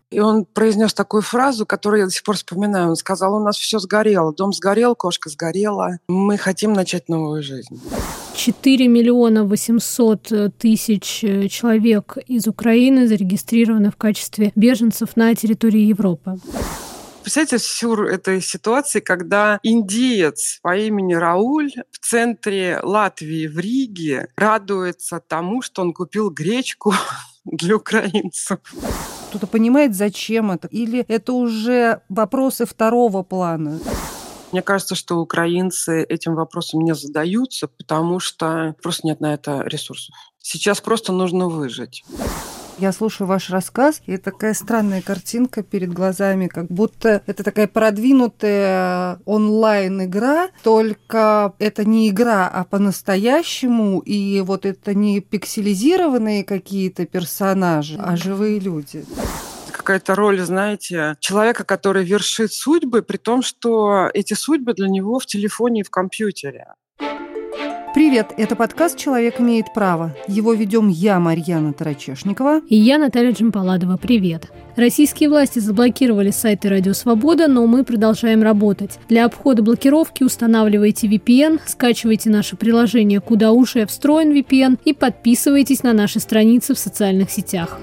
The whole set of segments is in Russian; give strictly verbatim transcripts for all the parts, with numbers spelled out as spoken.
И он произнес такую фразу, которую я до сих пор вспоминаю. Он сказал: у нас все сгорело, дом сгорел, кошка сгорела, мы хотим начать новую жизнь. четыре миллиона восемьсот тысяч человек из Украины зарегистрированы в качестве беженцев на территории Европы. Представляете сюр этой ситуации, когда индиец по имени Рауль в центре Латвии, в Риге, радуется тому, что он купил гречку для украинцев. Кто-то понимает, зачем это? Или это уже вопросы второго плана? Мне кажется, что украинцы этим вопросом не задаются, потому что просто нет на это ресурсов. Сейчас просто нужно выжить. Я слушаю ваш рассказ, и такая странная картинка перед глазами, как будто это такая продвинутая онлайн-игра, только это не игра, а по-настоящему, и вот это не пикселизированные какие-то персонажи, а живые люди. Какая-то роль, знаете, человека, который вершит судьбы, при том, что эти судьбы для него в телефоне и в компьютере. Привет, это подкаст «Человек имеет право». Его ведем я, Марьяна Тарачешникова. И я, Наталья Джампаладова. Привет. Российские власти заблокировали сайты «Радио Свобода», но мы продолжаем работать. Для обхода блокировки устанавливайте ви пи эн, скачивайте наше приложение, куда уже встроен ви пи эн, и подписывайтесь на наши страницы в социальных сетях.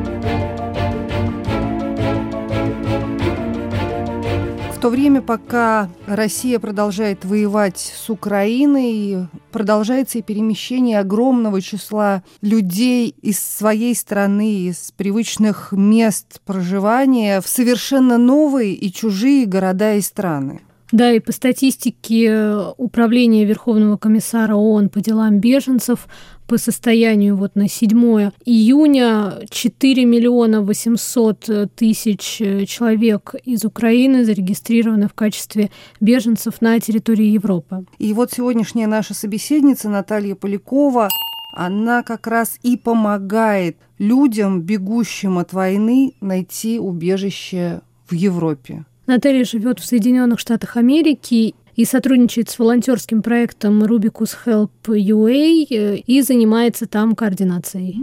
В то время, пока Россия продолжает воевать с Украиной, продолжается и перемещение огромного числа людей из своей страны, из привычных мест проживания в совершенно новые и чужие города и страны. Да, и по статистике Управления Верховного комиссара ООН по делам беженцев по состоянию вот на седьмое июня четыре миллиона восемьсот тысяч человек из Украины зарегистрированы в качестве беженцев на территории Европы. И вот сегодняшняя наша собеседница Наталья Полякова, она как раз и помогает людям, бегущим от войны, найти убежище в Европе. Наталья живет в Соединенных Штатах Америки и сотрудничает с волонтерским проектом Rubicus Help ю эй и занимается там координацией.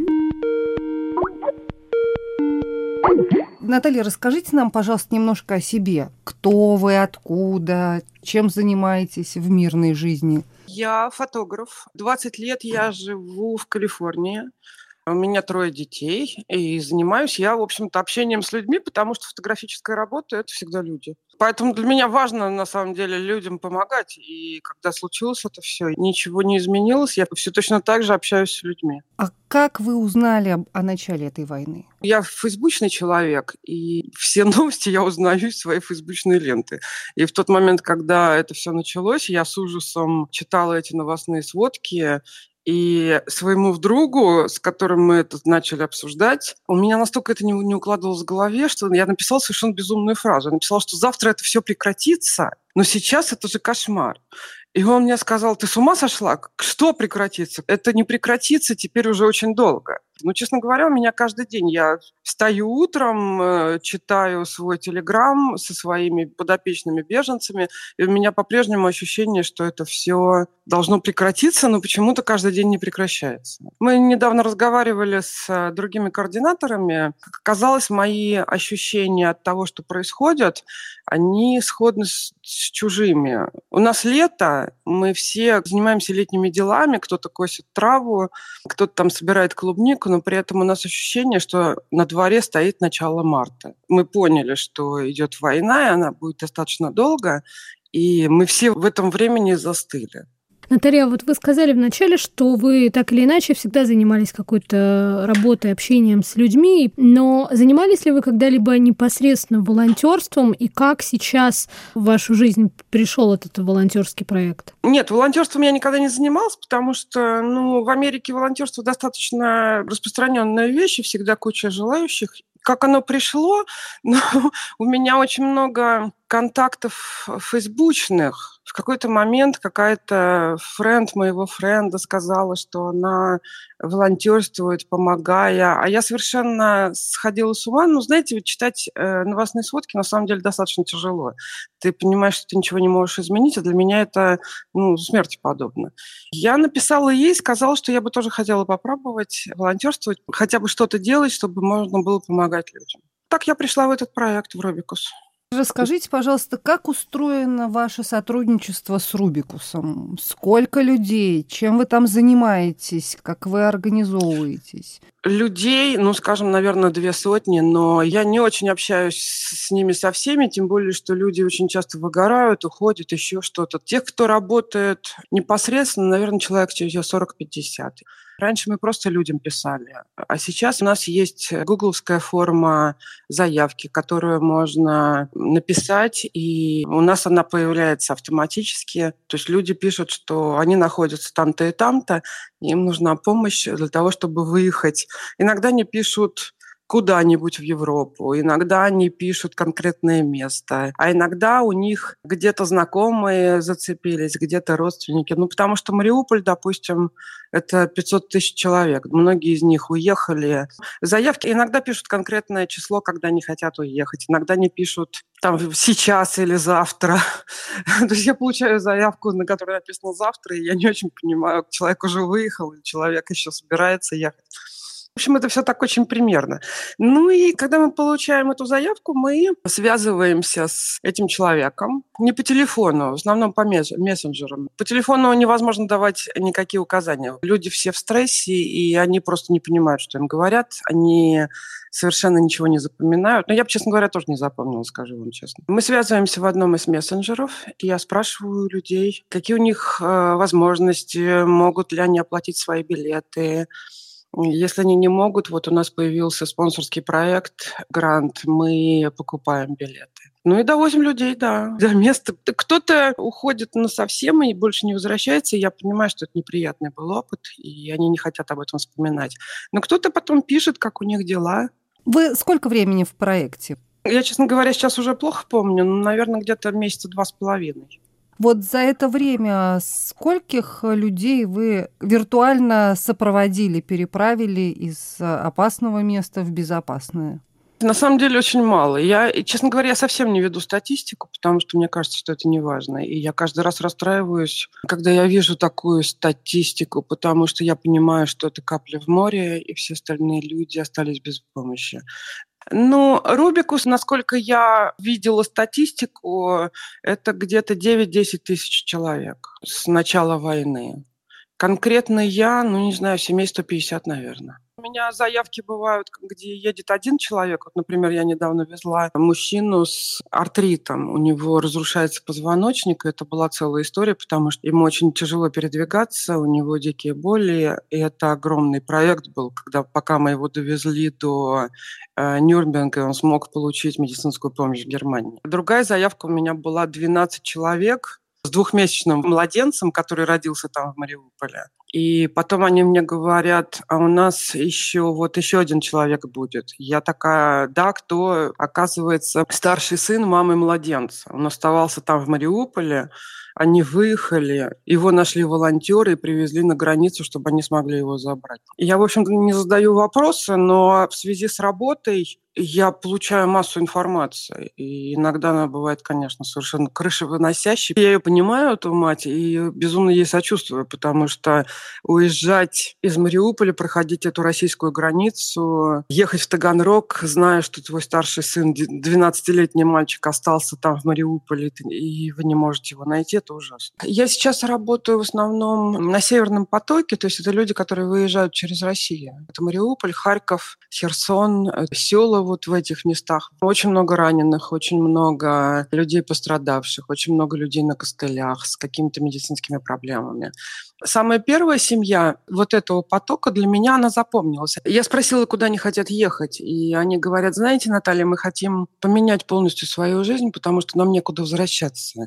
Наталья, расскажите нам, пожалуйста, немножко о себе. Кто вы, откуда, чем занимаетесь в мирной жизни? Я фотограф. двадцать лет я живу в Калифорнии. У меня трое детей, и занимаюсь я, в общем-то, общением с людьми, потому что фотографическая работа – это всегда люди. Поэтому для меня важно, на самом деле, людям помогать. И когда случилось это все, ничего не изменилось, я все точно так же общаюсь с людьми. А как вы узнали об, о начале этой войны? Я фейсбучный человек, и все новости я узнаю из своей фейсбучной ленты. И в тот момент, когда это все началось, я с ужасом читала эти новостные сводки. И своему другу, с которым мы это начали обсуждать, у меня настолько это не, не укладывалось в голове, что я написала совершенно безумную фразу. Я написала, что завтра это все прекратится, но сейчас это же кошмар. И он мне сказал: ты с ума сошла? Что прекратится? Это не прекратится теперь уже очень долго. Ну, честно говоря, у меня каждый день я встаю утром, читаю свой телеграм со своими подопечными беженцами, и у меня по-прежнему ощущение, что это все должно прекратиться, но почему-то каждый день не прекращается. Мы недавно разговаривали с другими координаторами. Как оказалось, мои ощущения от того, что происходит, они сходны с, с чужими. У нас лето, мы все занимаемся летними делами, кто-то косит траву, кто-то там собирает клубнику, но при этом у нас ощущение, что на дворе стоит начало марта. Мы поняли, что идет война, и она будет достаточно долго, и мы все в этом времени застыли. Наталья, вот вы сказали вначале, что вы так или иначе всегда занимались какой-то работой, общением с людьми, но занимались ли вы когда-либо непосредственно волонтерством, и как сейчас в вашу жизнь пришел этот волонтерский проект? Нет, волонтерством я никогда не занималась, потому что ну, в Америке волонтерство достаточно распространенная вещь, и всегда куча желающих. Как оно пришло? Ну, у меня очень много контактов фейсбучных. В какой-то момент какая-то френд моего френда сказала, что она волонтерствует, помогая. А я совершенно сходила с ума. Ну, знаете, читать э, новостные сводки на самом деле достаточно тяжело. Ты понимаешь, что ты ничего не можешь изменить, а для меня это ну, смерти подобно. Я написала ей, сказала, что я бы тоже хотела попробовать волонтерствовать, хотя бы что-то делать, чтобы можно было помогать людям. так я пришла в этот проект, в Рубикус. Расскажите, пожалуйста, как устроено ваше сотрудничество с Рубикусом? Сколько людей? Чем вы там занимаетесь? Как вы организовываетесь? Людей, ну, скажем, наверное, две сотни, но я не очень общаюсь с ними со всеми, тем более, что люди очень часто выгорают, уходят, еще что-то. Тех, кто работает непосредственно, наверное, человек через сорок-пятьдесят. Раньше мы просто людям писали, а сейчас у нас есть гугловская форма заявки, которую можно написать, и у нас она появляется автоматически. То есть люди пишут, что они находятся там-то и там-то, и им нужна помощь для того, чтобы выехать. Иногда они пишут куда-нибудь в Европу, иногда они пишут конкретное место, а иногда у них где-то знакомые зацепились, где-то родственники. Ну, потому что Мариуполь, допустим, это пятьсот тысяч человек. Многие из них уехали. Заявки иногда пишут конкретное число, когда они хотят уехать. Иногда они пишут там сейчас или завтра. То есть я получаю заявку, на которой написано «завтра», и я не очень понимаю, человек уже выехал или человек еще собирается ехать. В общем, это все так очень примерно. Ну и когда мы получаем эту заявку, мы связываемся с этим человеком. Не по телефону, в основном по мессенджерам. По телефону невозможно давать никакие указания. Люди все в стрессе, и они просто не понимают, что им говорят. Они совершенно ничего не запоминают. Но я бы, честно говоря, тоже не запомнила, скажу вам честно. Мы связываемся в одном из мессенджеров, и я спрашиваю людей, какие у них э, возможности, могут ли они оплатить свои билеты. Если они не могут, вот у нас появился спонсорский проект, грант, мы покупаем билеты. Ну и довозим людей, да, до места. Кто-то уходит насовсем и больше не возвращается, и я понимаю, что это неприятный был опыт, и они не хотят об этом вспоминать. Но кто-то потом пишет, как у них дела. Вы сколько времени в проекте? Я, честно говоря, сейчас уже плохо помню, но, наверное, где-то месяца два с половиной. Вот за это время скольких людей вы виртуально сопроводили, переправили из опасного места в безопасное? На самом деле очень мало. Я, честно говоря, я совсем не веду статистику, потому что мне кажется, что это не важно. И я каждый раз расстраиваюсь, когда я вижу такую статистику, потому что я понимаю, что это капля в море, и все остальные люди остались без помощи. Ну, Рубикус, насколько я видела статистику, это где-то девять-десять тысяч человек с начала войны. Конкретно я, ну, не знаю, семей сто пятьдесят, наверное. У меня заявки бывают, где едет один человек. Вот, например, я недавно везла мужчину с артритом. У него разрушается позвоночник. И это была целая история, потому что ему очень тяжело передвигаться, у него дикие боли. И это огромный проект был, когда пока мы его довезли до э, Нюрнберга, он смог получить медицинскую помощь в Германии. Другая заявка у меня была двенадцать человек с двухмесячным младенцем, который родился там в Мариуполе. И потом они мне говорят, а у нас еще вот еще один человек будет. Я такая, да, кто? Оказывается, старший сын мамы младенца. Он оставался там в Мариуполе, они выехали, его нашли волонтеры и привезли на границу, чтобы они смогли его забрать. Я, в общем-то, не задаю вопросы, но в связи с работой я получаю массу информации. И иногда она бывает, конечно, совершенно крышевыносящей. Я ее понимаю, эту мать, и безумно ей сочувствую, потому что уезжать из Мариуполя, проходить эту российскую границу, ехать в Таганрог, зная, что твой старший сын, двенадцатилетний мальчик, остался там в Мариуполе, и вы не можете его найти, это ужасно. Я сейчас работаю в основном на Северном потоке, то есть это люди, которые выезжают через Россию. Это Мариуполь, Харьков, Херсон, села вот в этих местах. Очень много раненых, очень много людей пострадавших, очень много людей на костылях с какими-то медицинскими проблемами. Самая первая семья вот этого потока для меня, она запомнилась. Я спросила, куда они хотят ехать, и они говорят, знаете, Наталья, мы хотим поменять полностью свою жизнь, потому что нам некуда возвращаться.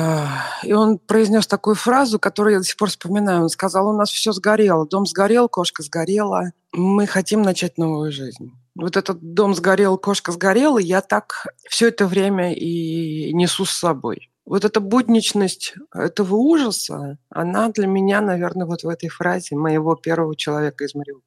И он произнес такую фразу, которую я до сих пор вспоминаю. Он сказал, у нас все сгорело, дом сгорел, кошка сгорела, мы хотим начать новую жизнь. Вот этот дом сгорел, кошка сгорела, я так все это время и несу с собой. Вот эта будничность этого ужаса, она для меня, наверное, вот в этой фразе моего первого человека из Мариуполя.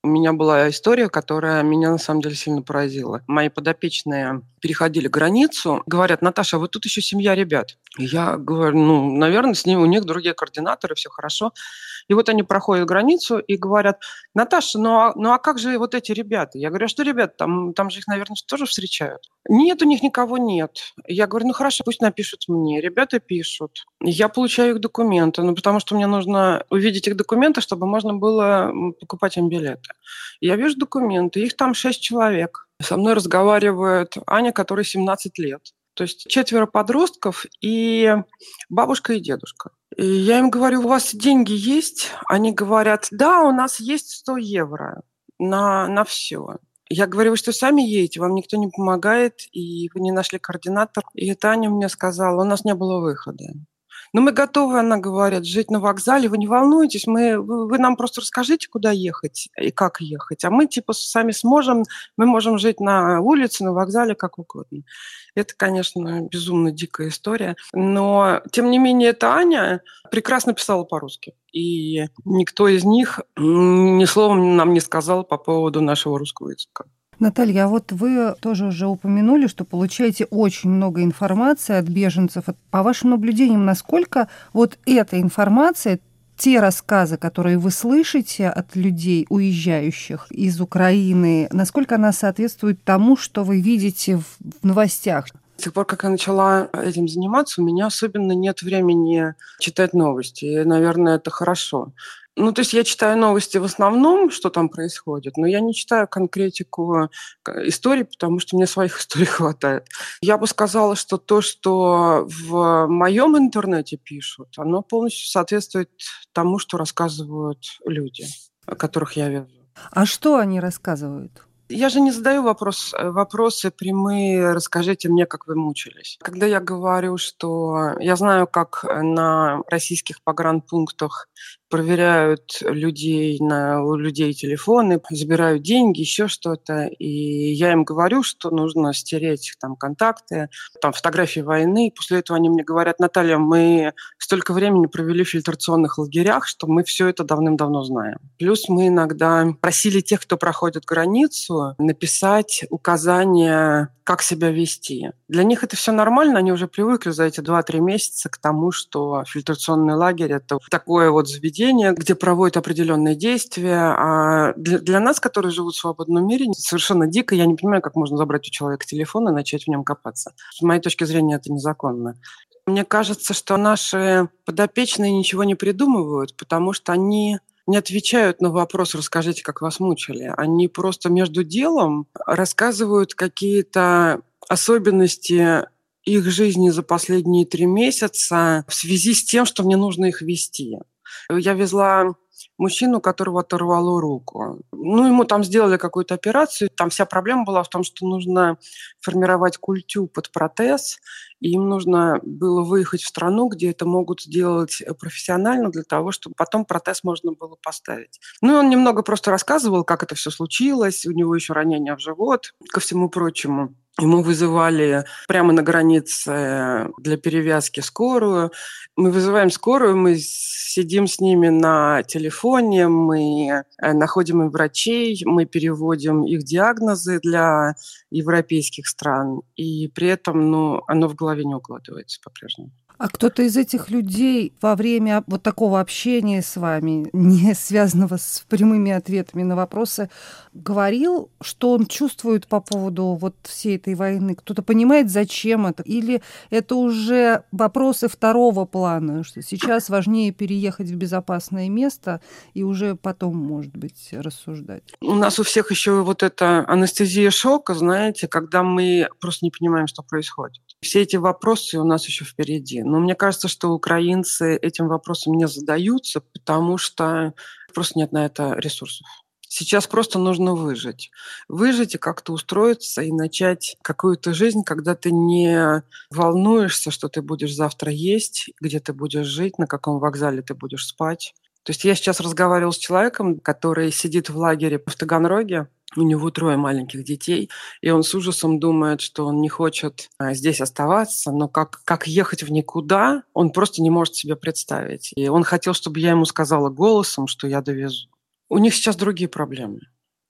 У меня была история, которая меня на самом деле сильно поразила. Мои подопечные переходили границу, говорят: Наташа, вот тут еще семья ребят. Я говорю: ну, наверное, с ними у них другие координаторы, все хорошо. И вот они проходят границу и говорят: Наташа, ну а, ну а как же вот эти ребята? Я говорю: а что ребята? Там, там же их, наверное, тоже встречают. Нет, у них никого нет. Я говорю: ну хорошо, пусть напишут мне. Ребята пишут. Я получаю их документы, ну потому что мне нужно увидеть их документы, чтобы можно было покупать им билеты. Я вижу документы, их там шесть человек. Со мной разговаривает Аня, которой семнадцать лет. То есть четверо подростков и бабушка и дедушка. И я им говорю: у вас деньги есть? Они говорят: да, у нас есть сто евро на, на все. Я говорю: вы что, сами едете? Вам никто не помогает, и вы не нашли координатор? И это Аня мне сказала: у нас не было выхода. Но мы готовы, она говорит, жить на вокзале, вы не волнуйтесь, мы, вы, вы нам просто расскажите, куда ехать и как ехать, а мы типа сами сможем, мы можем жить на улице, на вокзале, как угодно. Это, конечно, безумно дикая история, но, тем не менее, эта Аня прекрасно писала по-русски, и никто из них ни словом нам не сказал по поводу нашего русского языка. Наталья, а вот вы тоже уже упомянули, что получаете очень много информации от беженцев. По вашим наблюдениям, насколько вот эта информация, те рассказы, которые вы слышите от людей, уезжающих из Украины, насколько она соответствует тому, что вы видите в новостях? С тех пор, как я начала этим заниматься, у меня особенно нет времени читать новости. И, наверное, это хорошо. Ну, то есть я читаю новости в основном, что там происходит, но я не читаю конкретику историй, потому что мне своих историй хватает. Я бы сказала, что то, что в моем интернете пишут, оно полностью соответствует тому, что рассказывают люди, которых я вижу. А что они рассказывают? Я же не задаю вопрос, вопросы прямые: расскажите мне, как вы мучились. Когда я говорю, что я знаю, как на российских погранпунктах проверяют людей, на, у людей телефоны, забирают деньги, еще что-то, и я им говорю, что нужно стереть их там контакты, там фотографии войны. После этого они мне говорят: Наталья, мы столько времени провели в фильтрационных лагерях, что мы все это давным-давно знаем. Плюс мы иногда просили тех, кто проходит границу, написать указания, как себя вести. Для них это все нормально, они уже привыкли за эти два-три месяца к тому, что фильтрационный лагерь – это такое вот заведение, где проводят определенные действия. А для, для нас, которые живут в свободном мире, совершенно дико. Я не понимаю, как можно забрать у человека телефон и начать в нем копаться. С моей точки зрения, это незаконно. Мне кажется, что наши подопечные ничего не придумывают, потому что они не отвечают на вопрос: расскажите, как вас мучили. Они просто между делом рассказывают какие-то особенности их жизни за последние три месяца в связи с тем, что мне нужно их вести. Я везла мужчину, которого оторвало руку. Ну, ему там сделали какую-то операцию. Там вся проблема была в том, что нужно формировать культю под протез, и им нужно было выехать в страну, где это могут сделать профессионально, для того, чтобы потом протез можно было поставить. Ну, и он немного просто рассказывал, как это все случилось. У него еще ранение в живот, ко всему прочему. Ему вызывали прямо на границе для перевязки скорую. Мы вызываем скорую, мы сидим с ними на телефоне, мы находим им врачей, мы переводим их диагнозы для европейских стран. И при этом, ну, оно в голове не укладывается по-прежнему. А кто-то из этих людей во время вот такого общения с вами, не связанного с прямыми ответами на вопросы, говорил, что он чувствует по поводу вот всей этой войны? Кто-то понимает, зачем это? Или это уже вопросы второго плана, что сейчас важнее переехать в безопасное место и уже потом, может быть, рассуждать? У нас у всех еще вот эта анестезия шока, знаете, когда мы просто не понимаем, что происходит. Все эти вопросы у нас еще впереди. Но мне кажется, что украинцы этим вопросом не задаются, потому что просто нет на это ресурсов. Сейчас просто нужно выжить. Выжить и как-то устроиться и начать какую-то жизнь, когда ты не волнуешься, что ты будешь завтра есть, где ты будешь жить, на каком вокзале ты будешь спать. То есть я сейчас разговаривала с человеком, который сидит в лагере в Таганроге. У него трое маленьких детей, и он с ужасом думает, что он не хочет а, здесь оставаться, но как, как ехать в никуда, он просто не может себе представить. И он хотел, чтобы я ему сказала голосом, что я довезу. У них сейчас другие проблемы.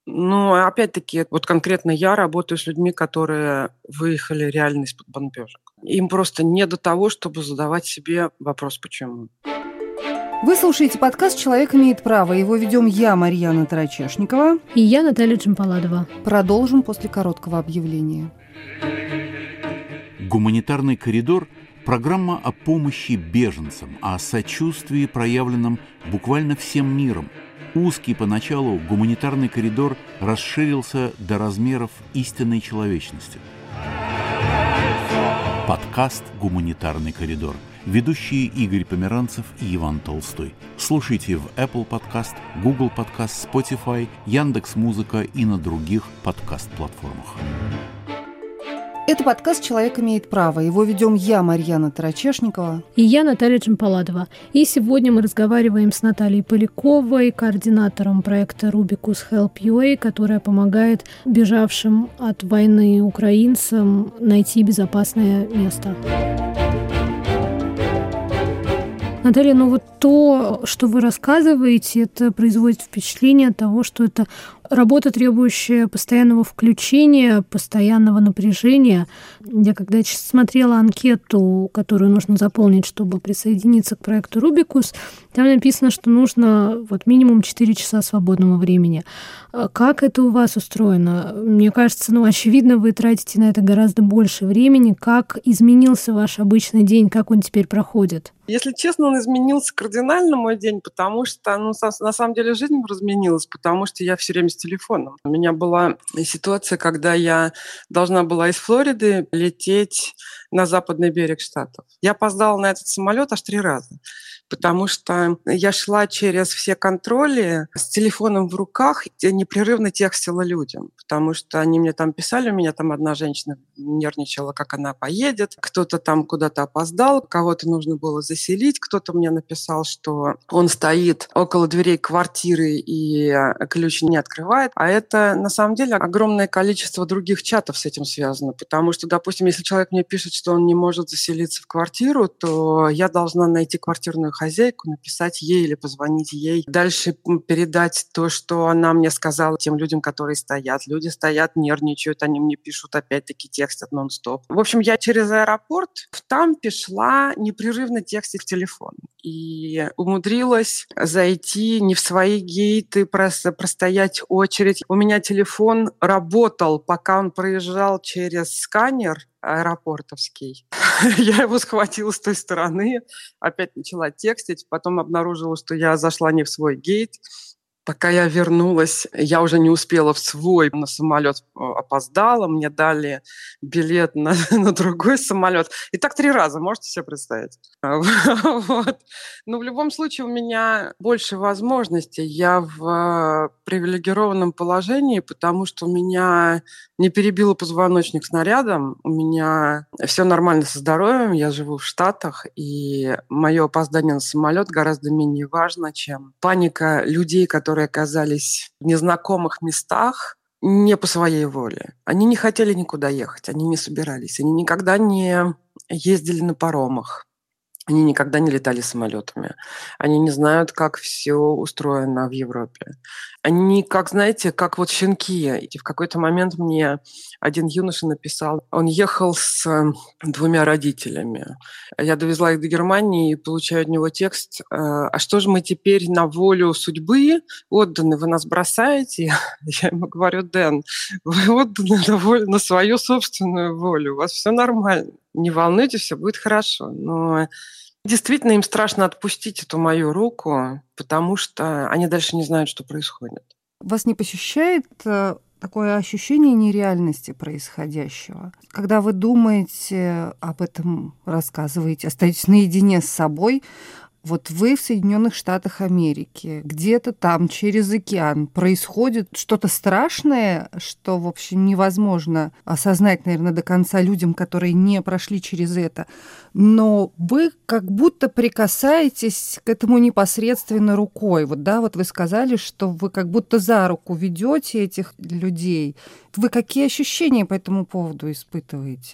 Ну, опять-таки, вот конкретно я работаю с людьми, которые выехали реально из-под бомбежек. Им просто не до того, чтобы задавать себе вопрос «почему?». Вы слушаете подкаст «Человек имеет право». Его ведем я, Марьяна Тарачешникова. И я, Наталья Джампаладова. Продолжим после короткого объявления. Гуманитарный коридор – программа о помощи беженцам, о сочувствии, проявленном буквально всем миром. Узкий поначалу гуманитарный коридор расширился до размеров истинной человечности. Подкаст «Гуманитарный коридор». Ведущие Игорь Померанцев и Иван Толстой. Слушайте в Apple Podcast, Google Podcast, Spotify, Яндекс.Музыка и на других подкаст-платформах. Это подкаст «Человек имеет право». Его ведем я, Марьяна Тарачешникова. И я, Наталья Джампаладова. И сегодня мы разговариваем с Натальей Поляковой, координатором проекта Rubicus Help ю эй, которая помогает бежавшим от войны украинцам найти безопасное место. Наталья, ну вот то, что вы рассказываете, это производит впечатление того, что это работа, требующая постоянного включения, постоянного напряжения. Я когда смотрела анкету, которую нужно заполнить, чтобы присоединиться к проекту Rubicus, там написано, что нужно вот минимум четыре часа свободного времени. Как это у вас устроено? Мне кажется, ну, очевидно, вы тратите на это гораздо больше времени. Как изменился ваш обычный день? Как он теперь проходит? Если честно, он изменился кардинально, мой день, потому что, ну, на самом деле жизнь разменилась, потому что я все время с телефоном. У меня была ситуация, когда я должна была из Флориды лететь на западный берег Штатов. Я опоздала на этот самолет аж три раза, потому что я шла через все контроли с телефоном в руках, я непрерывно текстила людям, потому что они мне там писали, у меня там одна женщина нервничала, как она поедет, кто-то там куда-то опоздал, кого-то нужно было заселить, кто-то мне написал, что он стоит около дверей квартиры и ключ не открывает, а это на самом деле огромное количество других чатов с этим связано, потому что, допустим, если человек мне пишет, что он не может заселиться в квартиру, то я должна найти квартирную хозяйку, написать ей или позвонить ей, дальше передать то, что она мне сказала тем людям, которые стоят. Люди стоят, нервничают, они мне пишут, опять-таки текстят нон-стоп. В общем, я через аэропорт в Тампе шла непрерывно текстить в телефон. И умудрилась зайти не в свои гейты, просто простоять очередь. У меня телефон работал, пока он проезжал через сканер аэропортовский. Я его схватила с той стороны, опять начала текстить, потом обнаружила, что я зашла не в свой гейт. Пока я вернулась, я уже не успела в свой на самолет, опоздала, мне дали билет на, на другой самолет. И так три раза, можете себе представить? Вот. Но в любом случае у меня больше возможностей. Я в привилегированном положении, потому что у меня не перебило позвоночник снарядом, у меня все нормально со здоровьем, я живу в Штатах, и мое опоздание на самолет гораздо менее важно, чем паника людей, которые оказались в незнакомых местах не по своей воле. Они не хотели никуда ехать, они не собирались, они никогда не ездили на паромах, они никогда не летали самолетами, они не знают, как все устроено в Европе. Они, как, знаете, как вот щенки. И в какой-то момент мне один юноша написал, он ехал с двумя родителями. Я довезла их до Германии и получаю от него текст, а что же мы теперь на волю судьбы отданы, вы нас бросаете? Я ему говорю, Дэн, вы отданы на, волю, на свою собственную волю, у вас все нормально, не волнуйтесь, все будет хорошо. Но действительно, им страшно отпустить эту мою руку, потому что они дальше не знают, что происходит. Вас не посещает такое ощущение нереальности происходящего? Когда вы думаете об этом, рассказываете, остаетесь наедине с собой, вот вы в Соединенных Штатах Америки, где-то там через океан происходит что-то страшное, что, в общем, невозможно осознать, наверное, до конца людям, которые не прошли через это. Но вы как будто прикасаетесь к этому непосредственно рукой. Вот, да, вот вы сказали, что вы как будто за руку ведете этих людей. Вы какие ощущения по этому поводу испытываете?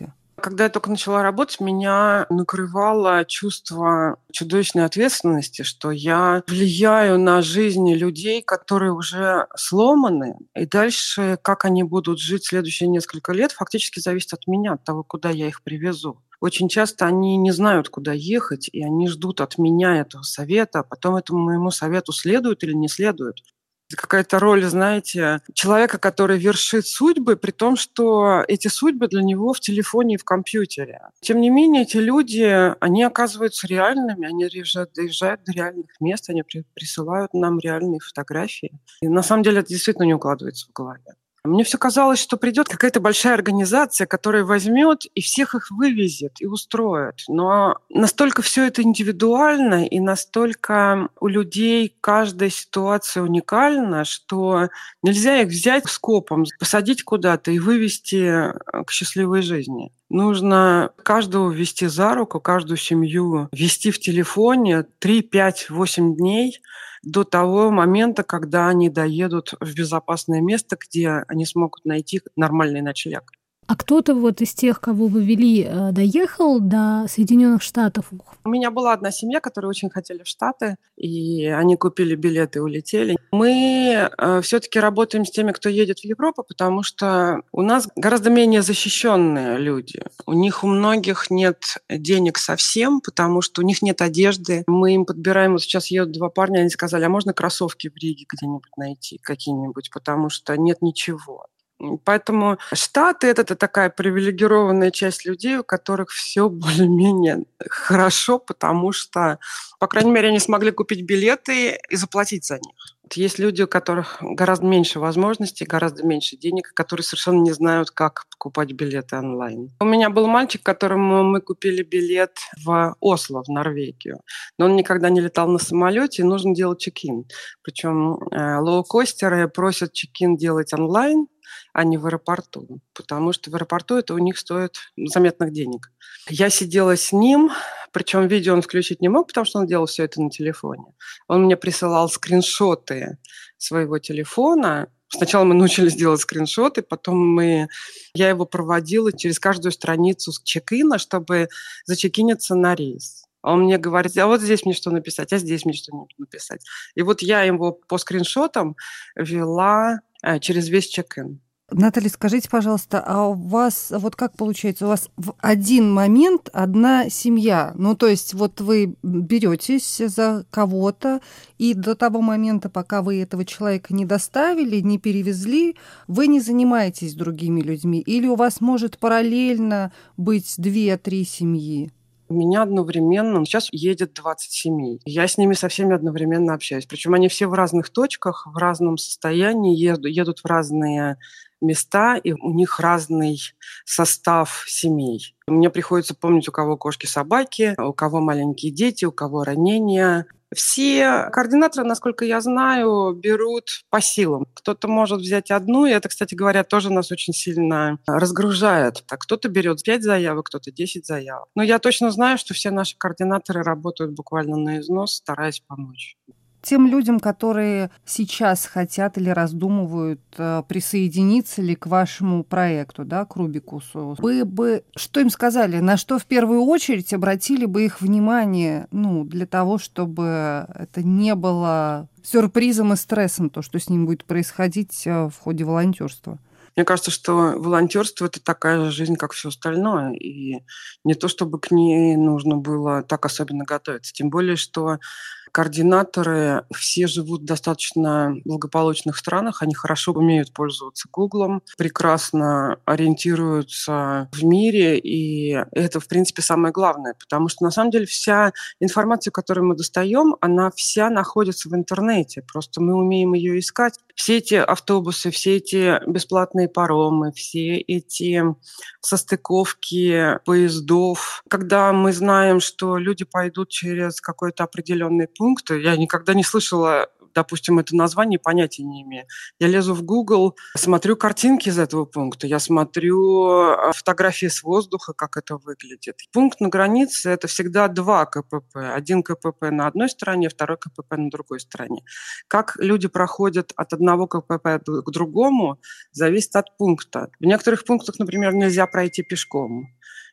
Когда я только начала работать, меня накрывало чувство чудовищной ответственности, что я влияю на жизни людей, которые уже сломаны, и дальше, как они будут жить следующие несколько лет, фактически зависит от меня, от того, куда я их привезу. Очень часто они не знают, куда ехать, и они ждут от меня этого совета, а потом этому моему совету следуют или не следуют. Какая-то роль, знаете, человека, который вершит судьбы, при том, что эти судьбы для него в телефоне и в компьютере. Тем не менее, эти люди, они оказываются реальными, они доезжают, доезжают до реальных мест, они при, присылают нам реальные фотографии. И на самом деле это действительно не укладывается в голове. Мне все казалось, что придет какая-то большая организация, которая возьмет и всех их вывезет и устроит. Но настолько все это индивидуально и настолько у людей каждая ситуация уникальна, что нельзя их взять скопом, посадить куда-то и вывести к счастливой жизни. Нужно каждого вести за руку, каждую семью вести в телефоне три, пять, восемь дней до того момента, когда они доедут в безопасное место, где они смогут найти нормальный ночлег. А кто-то вот из тех, кого вы вели, доехал до Соединенных Штатов? У меня была одна семья, которая очень хотели в Штаты, и они купили билеты и улетели. Мы э, все-таки работаем с теми, кто едет в Европу, потому что у нас гораздо менее защищенные люди. У них у многих нет денег совсем, потому что у них нет одежды. Мы им подбираем, вот сейчас едут два парня, они сказали, а можно кроссовки в Риге где-нибудь найти, какие-нибудь, потому что нет ничего. Поэтому Штаты – это такая привилегированная часть людей, у которых все более-менее хорошо, потому что, по крайней мере, они смогли купить билеты и заплатить за них. Есть люди, у которых гораздо меньше возможностей, гораздо меньше денег, которые совершенно не знают, как покупать билеты онлайн. У меня был мальчик, которому мы купили билет в Осло, в Норвегию. Но он никогда не летал на самолете, и нужно делать чек-ин. Причем э, лоукостеры просят чек-ин делать онлайн, а не в аэропорту, потому что в аэропорту это у них стоит заметных денег. Я сидела с ним, причем видео он включить не мог, потому что он делал все это на телефоне. Он мне присылал скриншоты своего телефона. Сначала мы научились делать скриншоты, потом мы... я его проводила через каждую страницу чек-ина, чтобы зачекиниться на рейс. Он мне говорит, а вот здесь мне что написать, а здесь мне что написать. И вот я его по скриншотам вела через весь чек-ин. Наталья, скажите, пожалуйста, а у вас, вот как получается, у вас в один момент одна семья? Ну, то есть вот вы беретесь за кого-то, и до того момента, пока вы этого человека не доставили, не перевезли, вы не занимаетесь другими людьми? Или у вас может параллельно быть две-три семьи? У меня одновременно сейчас едет двадцать семей. Я с ними со всеми одновременно общаюсь. Причем они все в разных точках, в разном состоянии, едут, едут в разные места, и у них разный состав семей. Мне приходится помнить, у кого кошки-собаки, у кого маленькие дети, у кого ранения. Все координаторы, насколько я знаю, берут по силам. Кто-то может взять одну, и это, кстати говоря, тоже нас очень сильно разгружает. Так, кто-то берет пять заявок, кто-то десять заявок. Но я точно знаю, что все наши координаторы работают буквально на износ, стараясь помочь. Тем людям, которые сейчас хотят или раздумывают, присоединиться ли к вашему проекту, да, к Рубикусу, вы бы что им сказали, на что в первую очередь обратили бы их внимание, ну, для того, чтобы это не было сюрпризом и стрессом, то, что с ним будет происходить в ходе волонтерства? Мне кажется, что волонтерство – это такая же жизнь, как все остальное. И не то, чтобы к ней нужно было так особенно готовиться. Тем более, что координаторы все живут в достаточно благополучных странах, они хорошо умеют пользоваться Гуглом, прекрасно ориентируются в мире, и это, в принципе, самое главное, потому что, на самом деле, вся информация, которую мы достаем, она вся находится в интернете, просто мы умеем ее искать. Все эти автобусы, все эти бесплатные паромы, все эти состыковки поездов, когда мы знаем, что люди пойдут через какой-то определенный пункт, я никогда не слышала, допустим, это название, понятия не имею. Я лезу в Google, смотрю картинки из этого пункта, я смотрю фотографии с воздуха, как это выглядит. Пункт на границе – это всегда два КПП. Один КПП на одной стороне, второй КПП на другой стороне. Как люди проходят от одного КПП к другому, зависит от пункта. В некоторых пунктах, например, нельзя пройти пешком.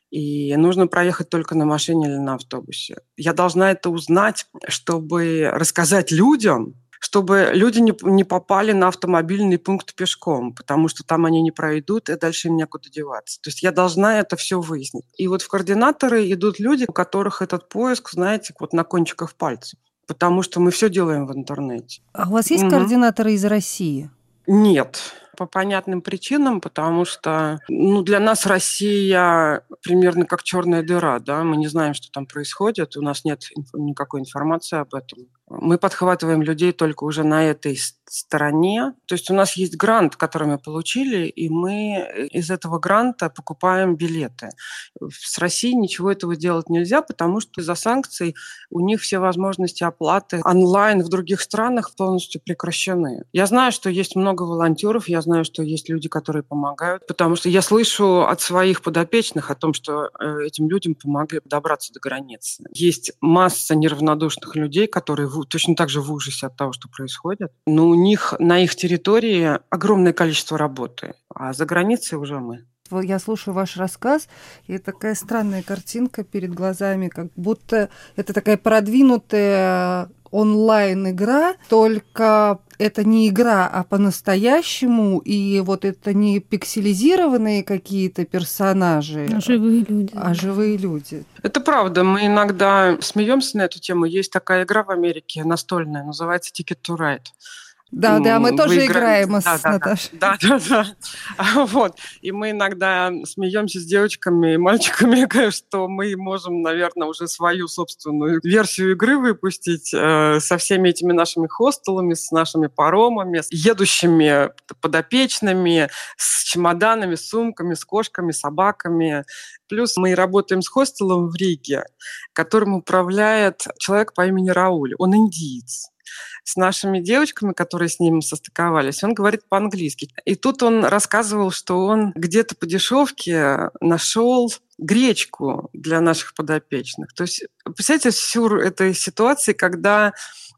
И нужно проехать только на машине или на автобусе. Я должна это узнать, чтобы рассказать людям, чтобы люди не, не попали на автомобильный пункт пешком, потому что там они не пройдут, и дальше им некуда деваться. То есть я должна это все выяснить. И вот в координаторы идут люди, у которых этот поиск, знаете, вот на кончиках пальцев, потому что мы все делаем в интернете. А у вас есть угу. координаторы из России? Нет. По понятным причинам, потому что ну, для нас Россия примерно как черная дыра, да, мы не знаем, что там происходит, у нас нет инф- никакой информации об этом. Мы подхватываем людей только уже на этой стороне. То есть у нас есть грант, который мы получили, и мы из этого гранта покупаем билеты. С Россией ничего этого делать нельзя, потому что из-за санкций у них все возможности оплаты онлайн в других странах полностью прекращены. Я знаю, что есть много волонтеров, я знаю, что есть люди, которые помогают, потому что я слышу от своих подопечных о том, что этим людям помогли добраться до границы. Есть масса неравнодушных людей, которые точно так же в ужасе от того, что происходит. Но у них на их территории огромное количество работы, а за границей уже мы. Я слушаю ваш рассказ, и такая странная картинка перед глазами, как будто это такая продвинутая онлайн-игра, только это не игра, а по-настоящему, и вот это не пикселизированные какие-то персонажи, а живые люди. А живые люди. Это правда. Мы иногда смеемся на эту тему. Есть такая игра в Америке настольная, называется Ticket to Ride. Да, да, мы тоже играем, играем да, с да, Наташей. Да, да, да. Вот. И мы иногда смеемся с девочками и мальчиками, что мы можем, наверное, уже свою собственную версию игры выпустить э, со всеми этими нашими хостелами, с нашими паромами, с едущими подопечными, с чемоданами, с сумками, с кошками, собаками. Плюс мы работаем с хостелом в Риге, которым управляет человек по имени Рауль. Он индиец. С нашими девочками, которые с ним состыковались, он говорит по-английски. И тут он рассказывал, что он где-то по дешевке нашел гречку для наших подопечных. То есть, представляете, сюр этой ситуации, когда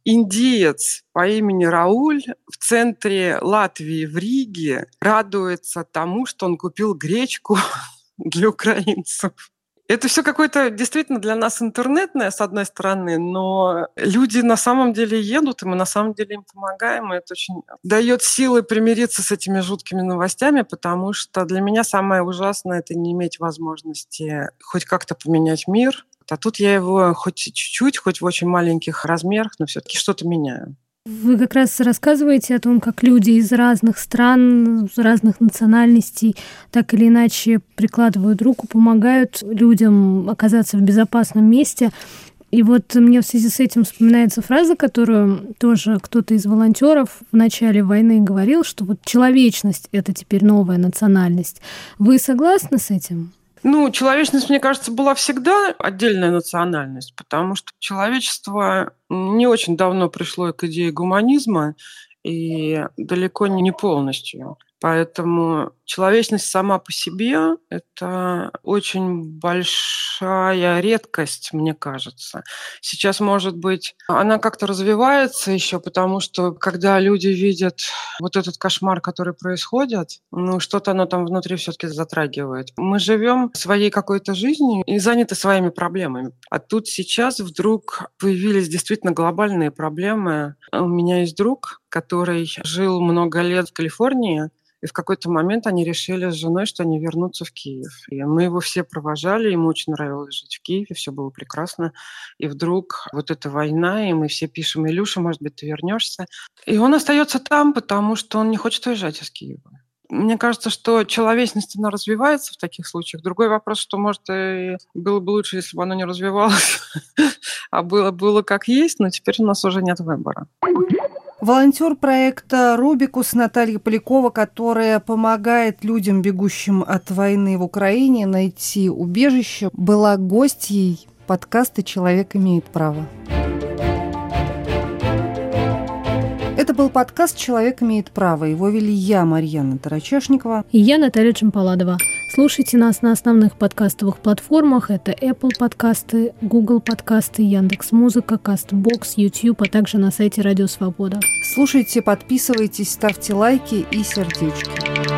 индиец по имени Рауль в центре Латвии, в Риге, радуется тому, что он купил гречку для украинцев. Это все какое-то действительно для нас интернетное, с одной стороны, но люди на самом деле едут, и мы на самом деле им помогаем, и это очень дает силы примириться с этими жуткими новостями, потому что для меня самое ужасное – это не иметь возможности хоть как-то поменять мир. А тут я его хоть чуть-чуть, хоть в очень маленьких размерах, но все-таки что-то меняю. Вы как раз рассказываете о том, как люди из разных стран, из разных национальностей так или иначе прикладывают руку, помогают людям оказаться в безопасном месте. И вот мне в связи с этим вспоминается фраза, которую тоже кто-то из волонтеров в начале войны говорил, что вот человечность – это теперь новая национальность. Вы согласны с этим? Ну, человечность, мне кажется, была всегда отдельная национальность, потому что человечество не очень давно пришло к идее гуманизма, и далеко не полностью. Поэтому человечность сама по себе – это очень большая редкость, мне кажется. Сейчас, может быть, она как-то развивается еще, потому что когда люди видят вот этот кошмар, который происходит, ну, что-то оно там внутри все-таки затрагивает. Мы живем своей какой-то жизнью и заняты своими проблемами. А тут сейчас вдруг появились действительно глобальные проблемы. У меня есть друг, который жил много лет в Калифорнии, и в какой-то момент они решили с женой, что они вернутся в Киев. И мы его все провожали, ему очень нравилось жить в Киеве, все было прекрасно. И вдруг вот эта война, и мы все пишем: «Илюша, может быть, ты вернешься?» И он остается там, потому что он не хочет уезжать из Киева. Мне кажется, что человечность, она развивается в таких случаях. Другой вопрос, что, может, и было бы лучше, если бы оно не развивалось, а было, было как есть, но теперь у нас уже нет выбора. Волонтер проекта «Рубикус» Наталья Полякова, которая помогает людям, бегущим от войны в Украине, найти убежище, была гостьей подкаста «Человек имеет право». Это был подкаст «Человек имеет право». Его вели я, Марьяна Тарачешникова. И я, Наталья Чемпаладова. Слушайте нас на основных подкастовых платформах. Это Apple подкасты, Google подкасты, Яндекс.Музыка, Кастбокс, YouTube, а также на сайте Радио Свобода. Слушайте, подписывайтесь, ставьте лайки и сердечки.